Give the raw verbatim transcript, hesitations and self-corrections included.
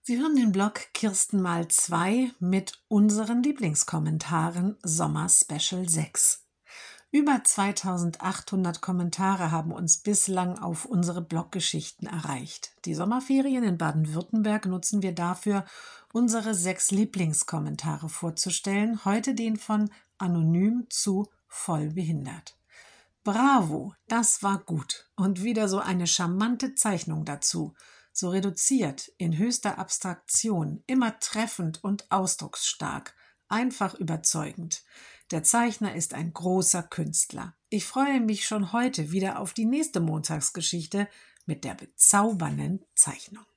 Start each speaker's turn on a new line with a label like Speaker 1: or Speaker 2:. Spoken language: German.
Speaker 1: Sie hören den Blog Kirsten mal zwei mit unseren Lieblingskommentaren Sommer Special sechs. Über zweitausendachthundert Kommentare haben uns bislang auf unsere Bloggeschichten erreicht. Die Sommerferien in Baden-Württemberg nutzen wir dafür, unsere sechs Lieblingskommentare vorzustellen. Heute den von Anonym zu Vollbehindert. Bravo, das war gut. Und wieder so eine charmante Zeichnung dazu. So reduziert, in höchster Abstraktion, immer treffend und ausdrucksstark, einfach überzeugend. Der Zeichner ist ein großer Künstler. Ich freue mich schon heute wieder auf die nächste Montagsgeschichte mit der bezaubernden Zeichnung.